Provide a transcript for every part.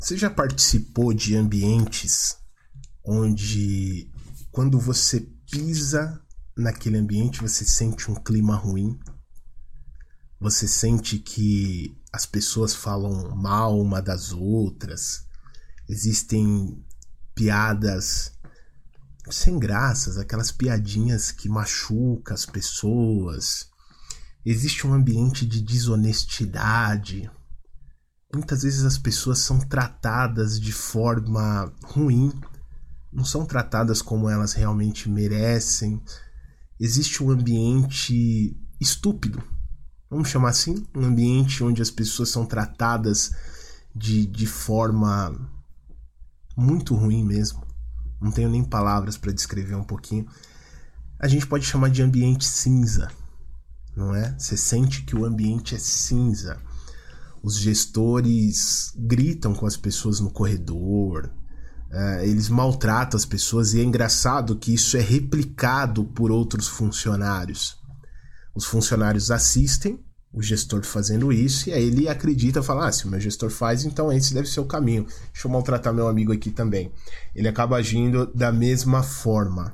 Você já participou de ambientes onde, quando você pisa naquele ambiente, você sente um clima ruim? Você sente que as pessoas falam mal uma das outras? Existem piadas sem graças, aquelas piadinhas que machucam as pessoas. Existe um ambiente de desonestidade. Muitas vezes as pessoas são tratadas de forma ruim, não são tratadas como elas realmente merecem. Existe um ambiente estúpido, vamos chamar assim, um ambiente onde as pessoas são tratadas de forma muito ruim mesmo. Não tenho nem palavras para descrever um pouquinho. A gente pode chamar de ambiente cinza, não é? Você sente que o ambiente é cinza. Os gestores gritam com as pessoas no corredor, eles maltratam as pessoas, e é engraçado que isso é replicado por outros funcionários. Os funcionários assistem o gestor fazendo isso, e aí ele acredita, fala, se o meu gestor faz, então esse deve ser o caminho. Deixa eu maltratar meu amigo aqui também. Ele acaba agindo da mesma forma.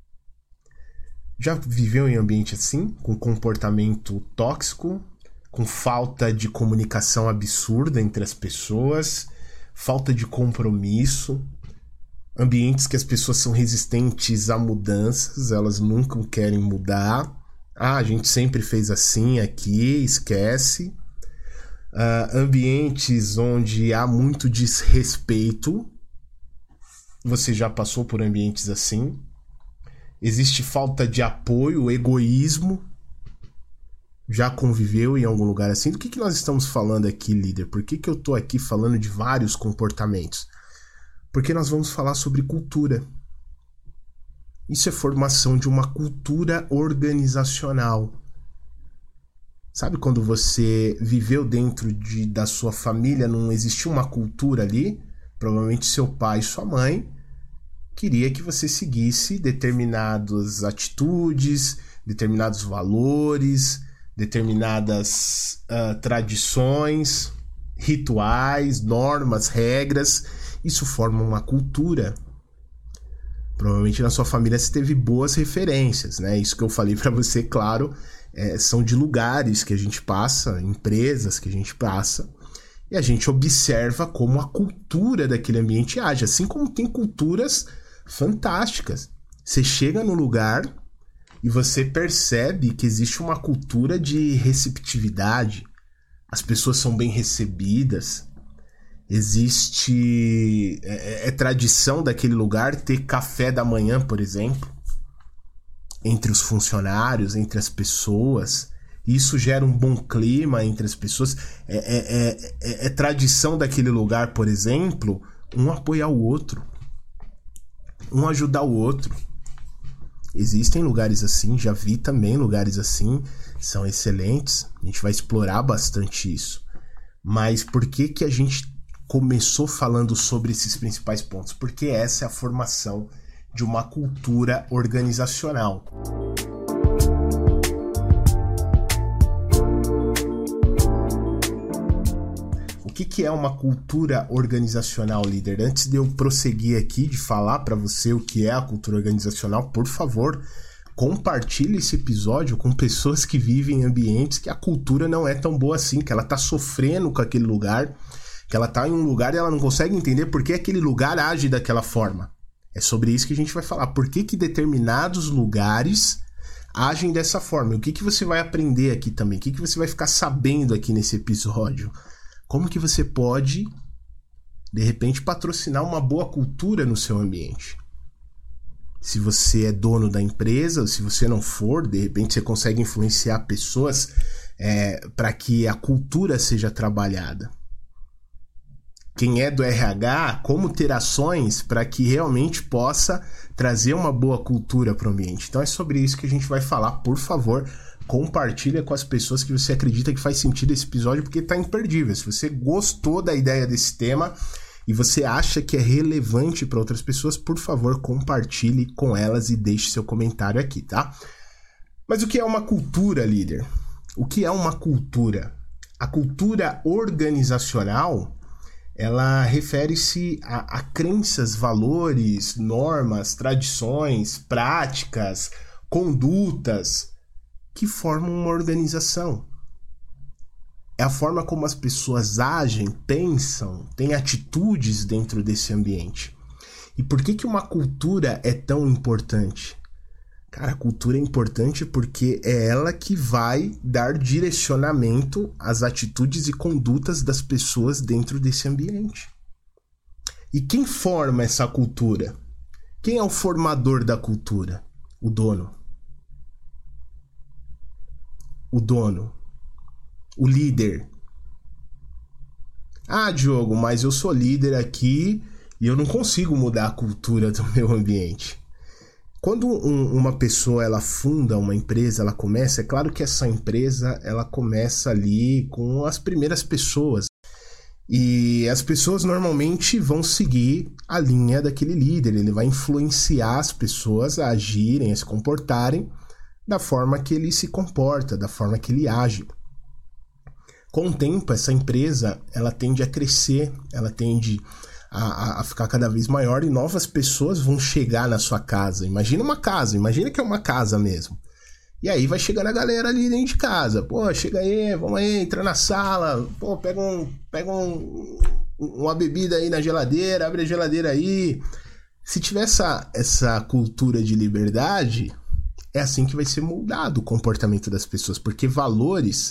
Já viveu em ambiente assim, com comportamento tóxico, com falta de comunicação absurda entre as pessoas, falta de compromisso, ambientes que as pessoas são resistentes a mudanças, elas nunca querem mudar. A gente sempre fez assim aqui, esquece. Ambientes onde há muito desrespeito. Você já passou por ambientes assim? Existe falta de apoio, egoísmo. Já conviveu em algum lugar assim? Do que nós estamos falando aqui, líder? Por que eu tô aqui falando de vários comportamentos? Porque nós vamos falar sobre cultura. Isso é formação de uma cultura organizacional. Sabe quando você viveu dentro da sua família, não existia uma cultura ali? Provavelmente seu pai e sua mãe queria que você seguisse determinadas atitudes, determinados valores, determinadas tradições, rituais, normas, regras. Isso forma uma cultura. Provavelmente na sua família você teve boas referências, né? Isso que eu falei para você, claro, são de lugares que a gente passa, empresas que a gente passa, e a gente observa como a cultura daquele ambiente age, assim como tem culturas fantásticas. Você chega no lugar e você percebe que existe uma cultura de receptividade, as pessoas são bem recebidas, existe tradição daquele lugar ter café da manhã, por exemplo, entre os funcionários, entre as pessoas. Isso gera um bom clima entre as pessoas. É tradição daquele lugar, por exemplo, um apoiar o outro, um ajudar o outro. Existem lugares assim, já vi também lugares assim, são excelentes, a gente vai explorar bastante isso. Mas por que a gente começou falando sobre esses principais pontos? Porque essa é a formação de uma cultura organizacional. O que é uma cultura organizacional, líder? Antes de eu prosseguir aqui, de falar para você o que é a cultura organizacional, por favor, compartilhe esse episódio com pessoas que vivem em ambientes que a cultura não é tão boa assim, que ela tá sofrendo com aquele lugar, que ela tá em um lugar e ela não consegue entender por que aquele lugar age daquela forma. É sobre isso que a gente vai falar. Por que determinados lugares agem dessa forma? O que você vai aprender aqui também? O que você vai ficar sabendo aqui nesse episódio? Como que você pode, de repente, patrocinar uma boa cultura no seu ambiente? Se você é dono da empresa, ou se você não for, de repente você consegue influenciar pessoas para que a cultura seja trabalhada. Quem é do RH, como ter ações para que realmente possa trazer uma boa cultura para o ambiente. Então é sobre isso que a gente vai falar. Por favor, compartilha com as pessoas que você acredita que faz sentido esse episódio, porque está imperdível. Se você gostou da ideia desse tema e você acha que é relevante para outras pessoas, por favor, compartilhe com elas e deixe seu comentário aqui, tá? Mas o que é uma cultura, líder? O que é uma cultura? A cultura organizacional ela refere-se a crenças, valores, normas, tradições, práticas, condutas que formam uma organização. É a forma como as pessoas agem, pensam, têm atitudes dentro desse ambiente. E por que uma cultura é tão importante? Cara, a cultura é importante porque é ela que vai dar direcionamento às atitudes e condutas das pessoas dentro desse ambiente. E quem forma essa cultura? Quem é o formador da cultura? O dono. O dono. O líder. Ah, Diogo, mas eu sou líder aqui e eu não consigo mudar a cultura do meu ambiente. Quando uma pessoa ela funda uma empresa, ela começa, é claro que essa empresa ela começa ali com as primeiras pessoas. E as pessoas normalmente vão seguir a linha daquele líder, ele vai influenciar as pessoas a agirem, a se comportarem da forma que ele se comporta, da forma que ele age. Com o tempo, essa empresa ela tende a crescer, ela tende a ficar cada vez maior e novas pessoas vão chegar na sua casa. Imagina uma casa, imagina que é uma casa mesmo. E aí vai chegando a galera ali dentro de casa. Pô, chega aí, vamos aí, entra na sala. Pô, pega uma bebida aí na geladeira, abre a geladeira aí. Se tiver essa cultura de liberdade, é assim que vai ser moldado o comportamento das pessoas. Porque valores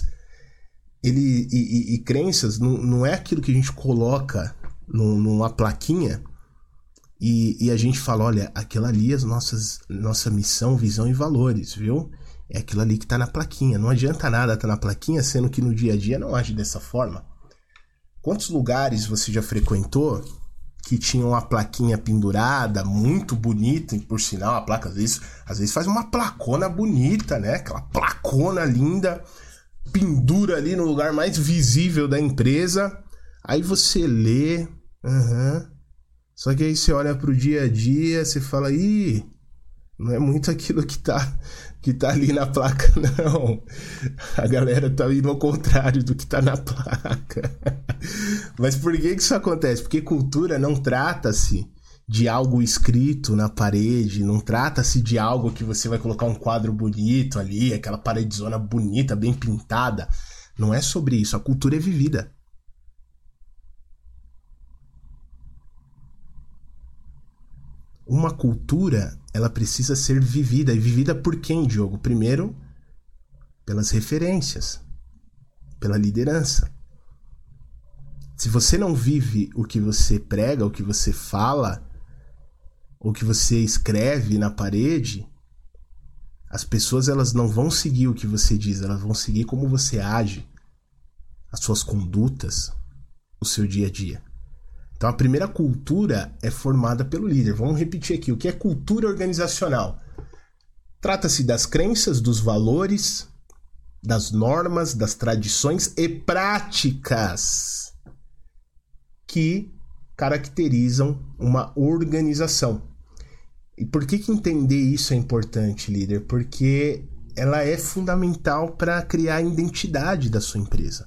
e crenças não é aquilo que a gente coloca numa plaquinha e a gente fala, olha, aquilo ali é nossa missão, visão e valores, viu? É aquilo ali que tá na plaquinha. Não adianta nada tá na plaquinha, sendo que no dia a dia não age dessa forma. Quantos lugares você já frequentou que tinha uma plaquinha pendurada, muito bonita, e por sinal a placa às vezes faz uma placona bonita, né? Aquela placona linda, pendura ali no lugar mais visível da empresa. Aí você lê, só que aí você olha pro dia a dia, você fala, ih, não é muito aquilo que tá ali na placa, não. A galera tá indo ao contrário do que tá na placa. Mas por que isso acontece? Porque cultura não trata-se de algo escrito na parede, não trata-se de algo que você vai colocar um quadro bonito ali, aquela paredezona bonita, bem pintada. Não é sobre isso, a cultura é vivida. Uma cultura, ela precisa ser vivida. E vivida por quem, Diogo? Primeiro, pelas referências, pela liderança. Se você não vive o que você prega, o que você fala, o que você escreve na parede, as pessoas elas não vão seguir o que você diz, elas vão seguir como você age, as suas condutas, o seu dia a dia. Então a primeira cultura é formada pelo líder. Vamos repetir aqui, o que é cultura organizacional? Trata-se das crenças, dos valores, das normas, das tradições e práticas que caracterizam uma organização. E por que entender isso é importante, líder? Porque ela é fundamental para criar a identidade da sua empresa.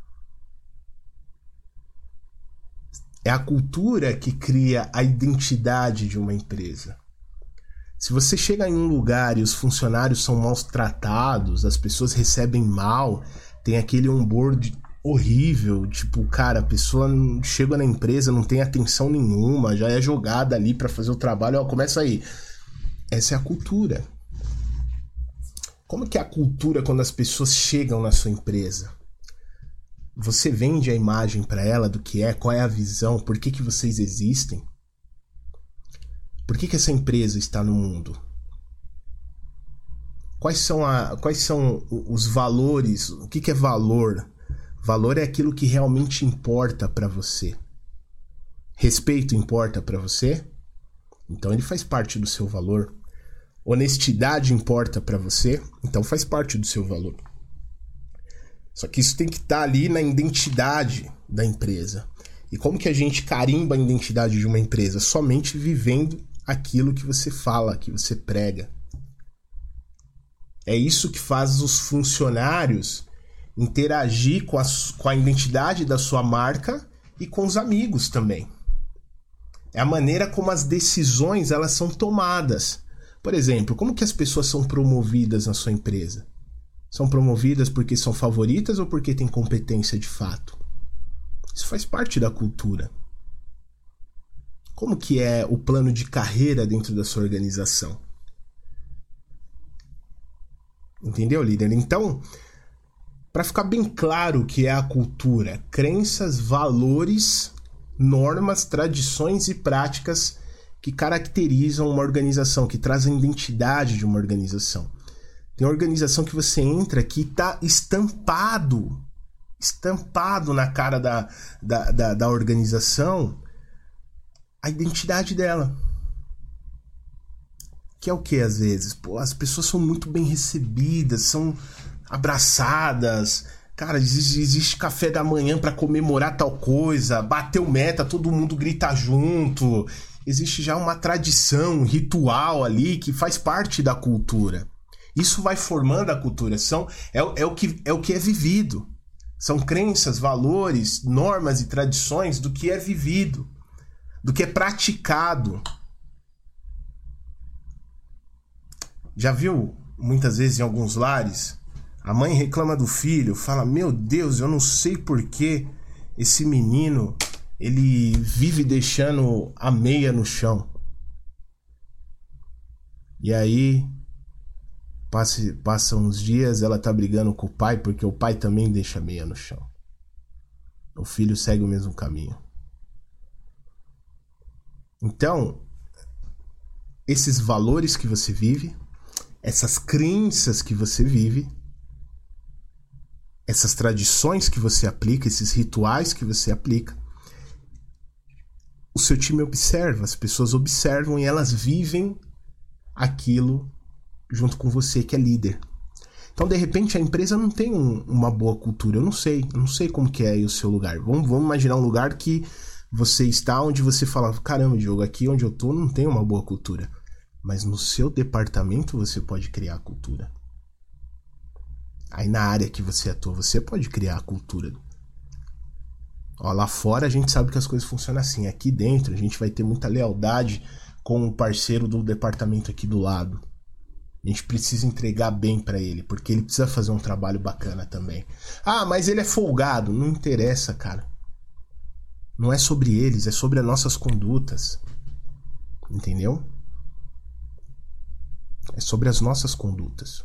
É a cultura que cria a identidade de uma empresa. Se você chega em um lugar e os funcionários são mal tratados, as pessoas recebem mal, tem aquele onboard horrível, tipo, cara, a pessoa chega na empresa, não tem atenção nenhuma, já é jogada ali para fazer o trabalho, ó, começa aí. Essa é a cultura. Como que é a cultura quando as pessoas chegam na sua empresa? Você vende a imagem para ela do que é, qual é a visão, por que vocês existem? Por que essa empresa está no mundo? Quais são os valores? O que é valor? Valor é aquilo que realmente importa para você. Respeito importa para você? Então ele faz parte do seu valor. Honestidade importa para você? Então faz parte do seu valor. Só que isso tem que estar ali na identidade da empresa. E como que a gente carimba a identidade de uma empresa? Somente vivendo aquilo que você fala, que você prega. É isso que faz os funcionários interagir com a identidade da sua marca e com os amigos também. É a maneira como as decisões elas são tomadas. Por exemplo, como que as pessoas são promovidas na sua empresa? São promovidas porque são favoritas ou porque têm competência de fato? Isso faz parte da cultura. Como que é o plano de carreira dentro da sua organização? Entendeu, líder? Então, para ficar bem claro o que é a cultura, crenças, valores, normas, tradições e práticas que caracterizam uma organização, que trazem a identidade de uma organização. Tem organização que você entra que está estampado na cara da organização a identidade dela. Que é o que às vezes? Pô, as pessoas são muito bem recebidas, são abraçadas. Cara, existe café da manhã para comemorar tal coisa, bateu meta, todo mundo grita junto. Existe já uma tradição, um ritual ali que faz parte da cultura. Isso vai formando a cultura. É o que é vivido. São crenças, valores, normas e tradições do que é vivido, do que é praticado. Já viu, muitas vezes em alguns lares, a mãe reclama do filho, fala, meu Deus, eu não sei por que esse menino, ele vive deixando a meia no chão. E aí, passam uns dias, ela tá brigando com o pai, porque o pai também deixa a meia no chão. O filho segue o mesmo caminho. Então, esses valores que você vive, essas crenças que você vive, essas tradições que você aplica, esses rituais que você aplica, o seu time observa, as pessoas observam e elas vivem aquilo junto com você que é líder. Então, de repente, a empresa não tem uma boa cultura. Eu não sei como que é aí o seu lugar. Vamos imaginar um lugar que você está onde você fala, caramba, Diogo, aqui onde eu tô não tem uma boa cultura. Mas no seu departamento você pode criar a cultura. Aí na área que você atua, você pode criar a cultura. Ó, lá fora a gente sabe que as coisas funcionam assim. Aqui dentro a gente vai ter muita lealdade com o parceiro do departamento aqui do lado. A gente precisa entregar bem pra ele, porque ele precisa fazer um trabalho bacana também. Ah, mas ele é folgado. Não interessa, cara. Não é sobre eles, é sobre as nossas condutas. Entendeu? É sobre as nossas condutas.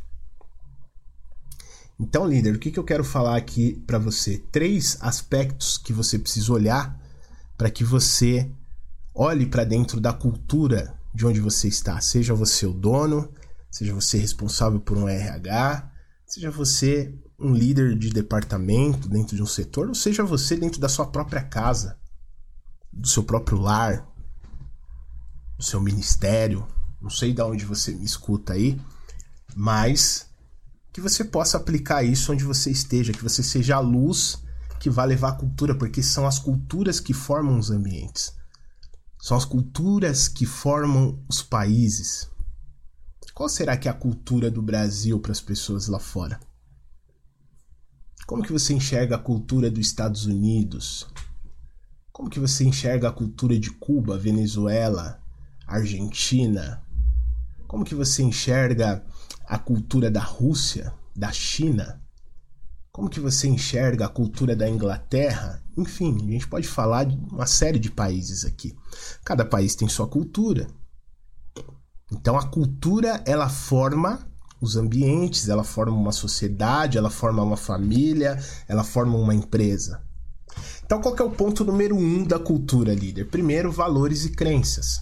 Então, líder, o que eu quero falar aqui para você? 3 aspectos que você precisa olhar para que você olhe para dentro da cultura de onde você está. Seja você o dono, seja você responsável por um RH, seja você um líder de departamento dentro de um setor, ou seja você dentro da sua própria casa, do seu próprio lar, do seu ministério. Não sei de onde você me escuta aí, mas que você possa aplicar isso onde você esteja, que você seja a luz que vai levar a cultura, porque são as culturas que formam os ambientes. São as culturas que formam os países. Qual será que é a cultura do Brasil para as pessoas lá fora? Como que você enxerga a cultura dos Estados Unidos? Como que você enxerga a cultura de Cuba, Venezuela, Argentina? Como que você enxerga a cultura da Rússia, da China? Como que você enxerga a cultura da Inglaterra? Enfim, a gente pode falar de uma série de países aqui. Cada país tem sua cultura. Então a cultura, ela forma os ambientes, ela forma uma sociedade, ela forma uma família, ela forma uma empresa. Então qual que é o ponto número 1 da cultura, líder? Primeiro, valores e crenças.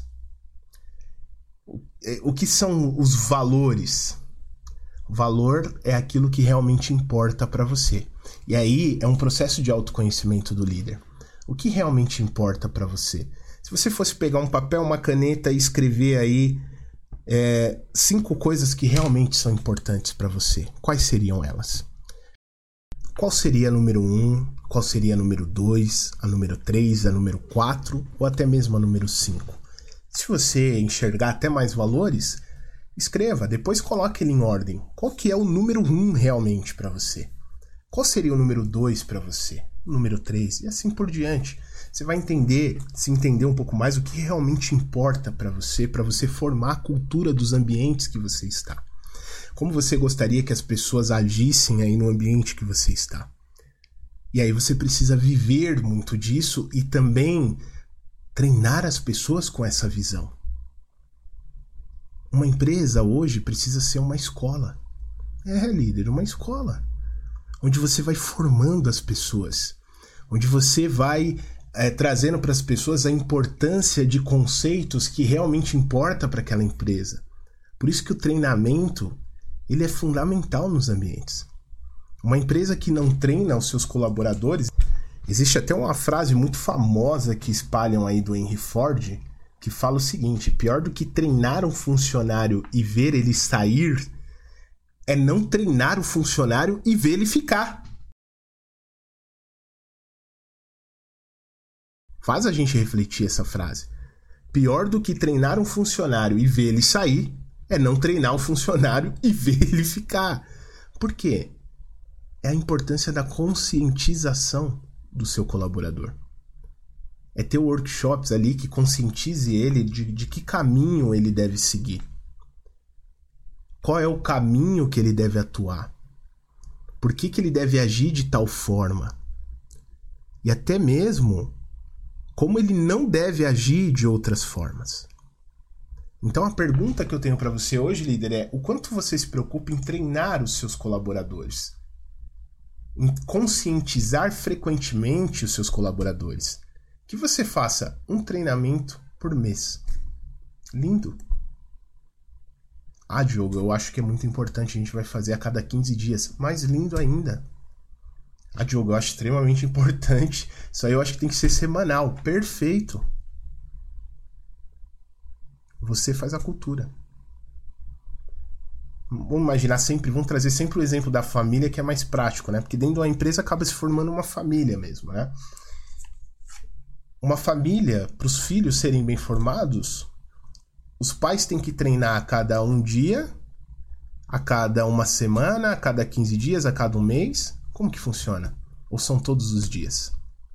O que são os valores? Valor é aquilo que realmente importa para você. E aí é um processo de autoconhecimento do líder. O que realmente importa para você? Se você fosse pegar um papel, uma caneta e escrever aí 5 coisas que realmente são importantes para você, quais seriam elas? Qual seria a número 1? Qual seria a número 2? A número 3? A número 4? Ou até mesmo a número 5? Se você enxergar até mais valores, escreva, depois coloque ele em ordem. Qual que é o número 1 realmente para você? Qual seria o número 2 para você? O número 3? E assim por diante. você vai se entender um pouco mais o que realmente importa para você formar a cultura dos ambientes que você está. Como você gostaria que as pessoas agissem aí no ambiente que você está. E aí você precisa viver muito disso e também treinar as pessoas com essa visão. Uma empresa hoje precisa ser uma escola. Líder, uma escola. Onde você vai formando as pessoas. Onde você vai trazendo para as pessoas a importância de conceitos que realmente importa para aquela empresa. Por isso que o treinamento ele é fundamental nos ambientes. Uma empresa que não treina os seus colaboradores... Existe até uma frase muito famosa que espalham aí do Henry Ford, que fala o seguinte: pior do que treinar um funcionário e ver ele sair, é não treinar o funcionário e ver ele ficar. Faz a gente refletir essa frase. Pior do que treinar um funcionário e ver ele sair, é não treinar o funcionário e ver ele ficar. Por quê? É a importância da conscientização do seu colaborador. É ter workshops ali que conscientize ele de que caminho ele deve seguir. Qual é o caminho que ele deve atuar? Por que ele deve agir de tal forma? E até mesmo como ele não deve agir de outras formas. Então a pergunta que eu tenho para você hoje, líder, é: o quanto você se preocupa em treinar os seus colaboradores? Em conscientizar frequentemente os seus colaboradores. Que você faça um treinamento por mês. Lindo. Diogo, eu acho que é muito importante, a gente vai fazer a cada 15 dias. Mais lindo ainda. Diogo, eu acho extremamente importante. Isso aí eu acho que tem que ser semanal. Perfeito. Você faz a cultura. Vamos imaginar sempre, vamos trazer sempre o exemplo da família, que é mais prático, né? Porque dentro de uma empresa acaba se formando uma família mesmo, né? Uma família, para os filhos serem bem formados, os pais têm que treinar a cada um dia, a cada uma semana, a cada 15 dias, a cada um mês. Como que funciona? Ou são todos os dias?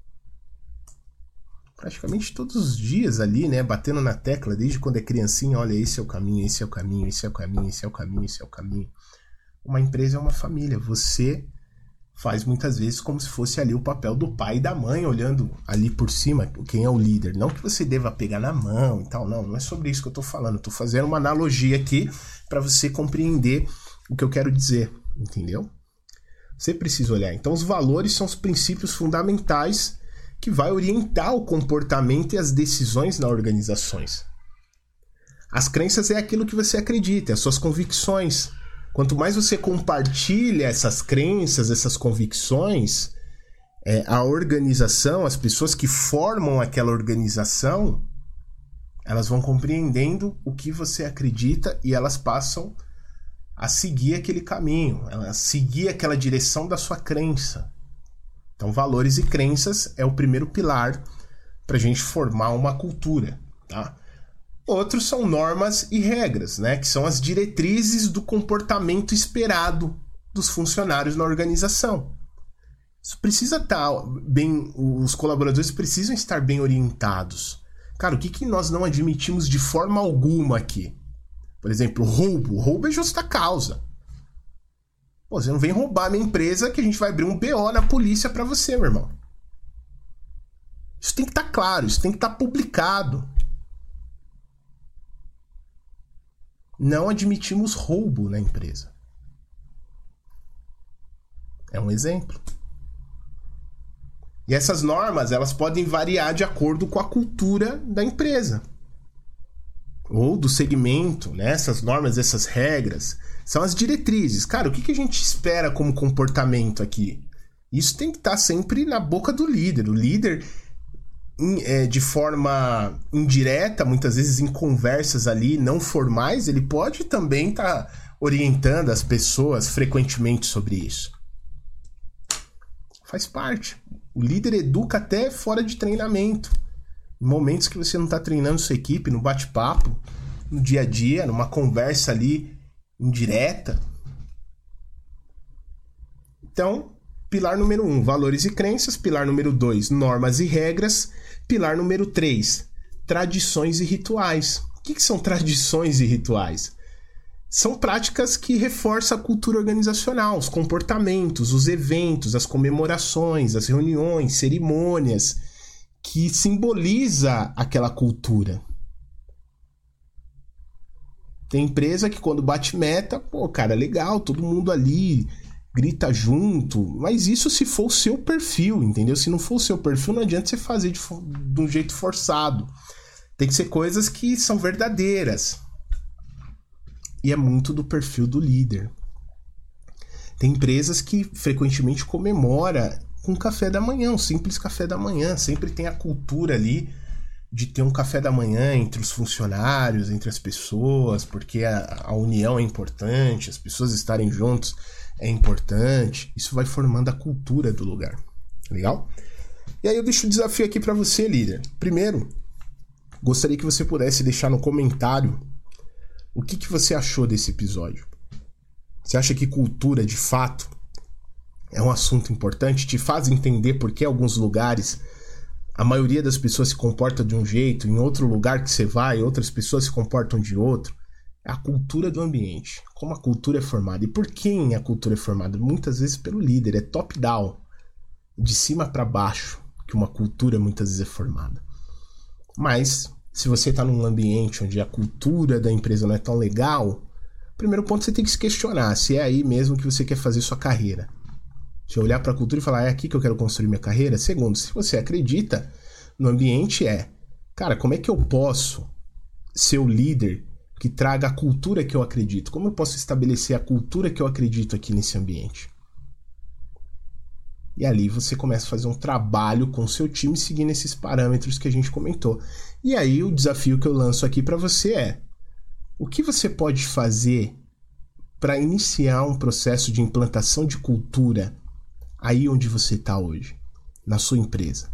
Praticamente todos os dias ali, né, batendo na tecla, desde quando é criancinha, olha, esse é o caminho, esse é o caminho, esse é o caminho, esse é o caminho, esse é o caminho. Uma empresa é uma família, você faz muitas vezes como se fosse ali o papel do pai e da mãe, olhando ali por cima quem é o líder. Não que você deva pegar na mão e tal, não é sobre isso que eu tô falando, eu tô fazendo uma analogia aqui para você compreender o que eu quero dizer, entendeu? Você precisa olhar. Então os valores são os princípios fundamentais que vai orientar o comportamento e as decisões nas organizações. As crenças é aquilo que você acredita, as suas convicções. Quanto mais você compartilha essas crenças, essas convicções, a organização, as pessoas que formam aquela organização, elas vão compreendendo o que você acredita e elas passam a seguir aquele caminho, a seguir aquela direção da sua crença. Então, valores e crenças é o primeiro pilar para a gente formar uma cultura, tá? Outros são normas e regras, né? Que são as diretrizes do comportamento esperado dos funcionários na organização. Isso precisa estar bem, os colaboradores precisam estar bem orientados. Cara, o que nós não admitimos de forma alguma aqui? Por exemplo, roubo. Roubo é justa causa. Pô, você não vem roubar a minha empresa que a gente vai abrir um BO na polícia pra você, meu irmão. Isso tem que estar claro, isso tem que estar publicado. Não admitimos roubo na empresa. É um exemplo. E essas normas, elas podem variar de acordo com a cultura da empresa. Ou do segmento, né? Essas normas, essas regras, são as diretrizes. Cara, o que a gente espera como comportamento aqui? Isso tem que estar sempre na boca do líder. O líder, de forma indireta, muitas vezes em conversas ali não formais, ele pode também estar orientando as pessoas frequentemente sobre isso. Faz parte. O líder educa até fora de treinamento. Em momentos que você não está treinando sua equipe, no bate-papo, no dia a dia, numa conversa ali indireta. Então, Pilar número 1, valores e crenças. Pilar número 2, normas e regras. Pilar número 3, tradições e rituais. O que são tradições e rituais? São práticas que reforçam a cultura organizacional, os comportamentos, os eventos, as comemorações, as reuniões, cerimônias, que simboliza aquela cultura. Tem empresa que quando bate meta, pô, cara, legal, todo mundo ali grita junto, mas isso se for o seu perfil, entendeu? Se não for o seu perfil, não adianta você fazer de um jeito forçado. Tem que ser coisas que são verdadeiras. E é muito do perfil do líder. Tem empresas que frequentemente comemora com café da manhã, um simples café da manhã. Sempre tem a cultura ali de ter um café da manhã entre os funcionários, entre as pessoas, porque a união é importante, as pessoas estarem juntos é importante. Isso vai formando a cultura do lugar. Legal? E aí eu deixo o desafio aqui para você, líder. Primeiro, gostaria que você pudesse deixar no comentário o que você achou desse episódio. Você acha que cultura, de fato, é um assunto importante? Te faz entender por que alguns lugares a maioria das pessoas se comporta de um jeito, em outro lugar que você vai, outras pessoas se comportam de outro? É a cultura do ambiente. Como a cultura é formada. E por quem a cultura é formada? Muitas vezes pelo líder. É top-down. De cima para baixo que uma cultura muitas vezes é formada. Mas se você está num ambiente onde a cultura da empresa não é tão legal, primeiro ponto você tem que se questionar se é aí mesmo que você quer fazer sua carreira. Se olhar para a cultura e falar, é aqui que eu quero construir minha carreira. Segundo, se você acredita no ambiente, cara, como é que eu posso ser o líder que traga a cultura que eu acredito? Como eu posso estabelecer a cultura que eu acredito aqui nesse ambiente? E ali você começa a fazer um trabalho com o seu time seguindo esses parâmetros que a gente comentou. E aí o desafio que eu lanço aqui para você é: o que você pode fazer para iniciar um processo de implantação de cultura aí onde você está hoje, na sua empresa?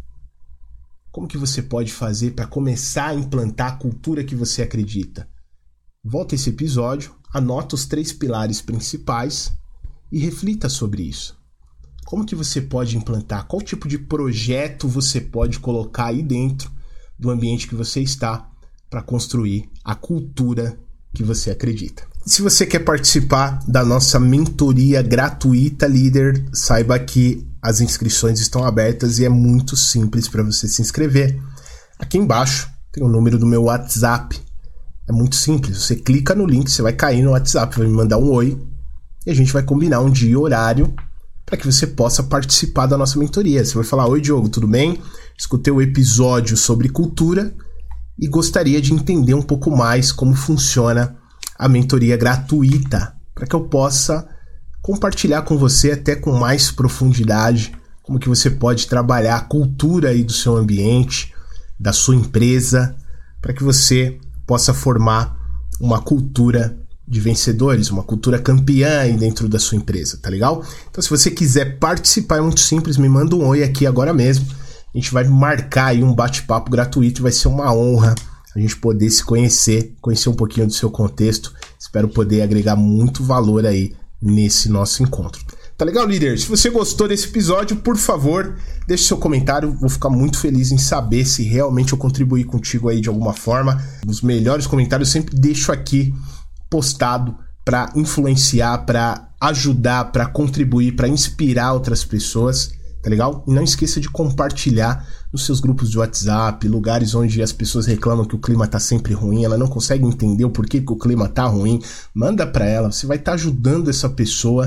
Como que você pode fazer para começar a implantar a cultura que você acredita? Volta esse episódio, anota os 3 pilares principais e reflita sobre isso. Como que você pode implantar? Qual tipo de projeto você pode colocar aí dentro do ambiente que você está para construir a cultura que você acredita? Se você quer participar da nossa mentoria gratuita, líder, saiba que as inscrições estão abertas e é muito simples para você se inscrever. Aqui embaixo tem o número do meu WhatsApp. É muito simples. Você clica no link, você vai cair no WhatsApp, vai me mandar um oi e a gente vai combinar um dia e horário para que você possa participar da nossa mentoria. Você vai falar: oi, Diogo, tudo bem? Escutei o episódio sobre cultura e gostaria de entender um pouco mais como funciona a mentoria gratuita, para que eu possa compartilhar com você até com mais profundidade como que você pode trabalhar a cultura aí do seu ambiente, da sua empresa, para que você possa formar uma cultura de vencedores, uma cultura campeã aí dentro da sua empresa, tá legal? Então, se você quiser participar, é muito simples, me manda um oi aqui agora mesmo. A gente vai marcar aí um bate-papo gratuito, vai ser uma honra a gente poder se conhecer um pouquinho do seu contexto. Espero poder agregar muito valor aí nesse nosso encontro. Tá legal, líder? Se você gostou desse episódio, por favor, deixe seu comentário. Vou ficar muito feliz em saber se realmente eu contribuí contigo aí de alguma forma. Os melhores comentários eu sempre deixo aqui postado para influenciar, para ajudar, para contribuir, para inspirar outras pessoas. Tá legal? E não esqueça de compartilhar nos seus grupos de WhatsApp, lugares onde as pessoas reclamam que o clima tá sempre ruim, ela não consegue entender o porquê que o clima tá ruim. Manda para ela, você vai estar ajudando essa pessoa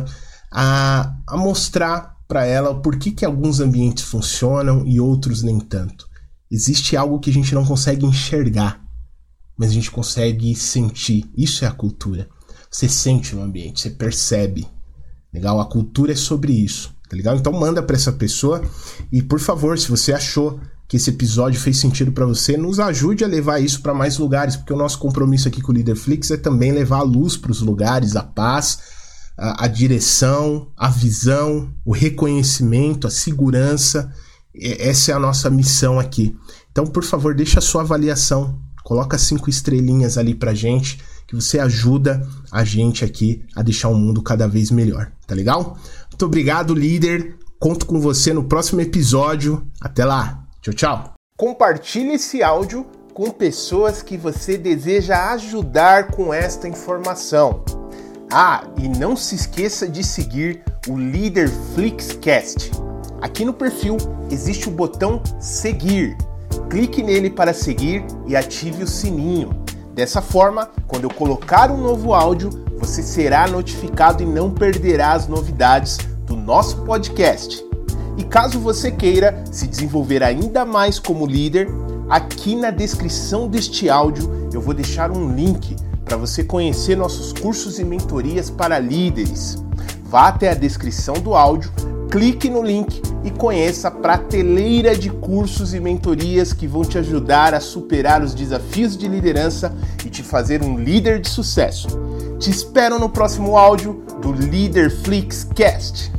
a mostrar para ela o porquê que alguns ambientes funcionam e outros nem tanto. Existe algo que a gente não consegue enxergar, mas a gente consegue sentir. Isso é a cultura. Você sente no ambiente, você percebe. Legal? A cultura é sobre isso. Tá legal? Então manda para essa pessoa e, por favor, se você achou que esse episódio fez sentido para você, nos ajude a levar isso para mais lugares, porque o nosso compromisso aqui com o Leaderflix é também levar a luz para os lugares, a paz, a direção, a visão, o reconhecimento, a segurança. Essa é a nossa missão aqui. Então, por favor, deixa a sua avaliação, coloca 5 estrelinhas ali pra gente, que você ajuda a gente aqui a deixar o mundo cada vez melhor, tá legal? Muito obrigado, líder. Conto com você no próximo episódio. Até lá. Tchau, tchau. Compartilhe esse áudio com pessoas que você deseja ajudar com esta informação. E não se esqueça de seguir o Líder Flixcast. Aqui no perfil existe o botão seguir. Clique nele para seguir e ative o sininho. Dessa forma, quando eu colocar um novo áudio, você será notificado e não perderá as novidades do nosso podcast. E caso você queira se desenvolver ainda mais como líder, aqui na descrição deste áudio eu vou deixar um link para você conhecer nossos cursos e mentorias para líderes. Vá até a descrição do áudio, clique no link e conheça a prateleira de cursos e mentorias que vão te ajudar a superar os desafios de liderança e te fazer um líder de sucesso. Te espero no próximo áudio do Líder Flixcast.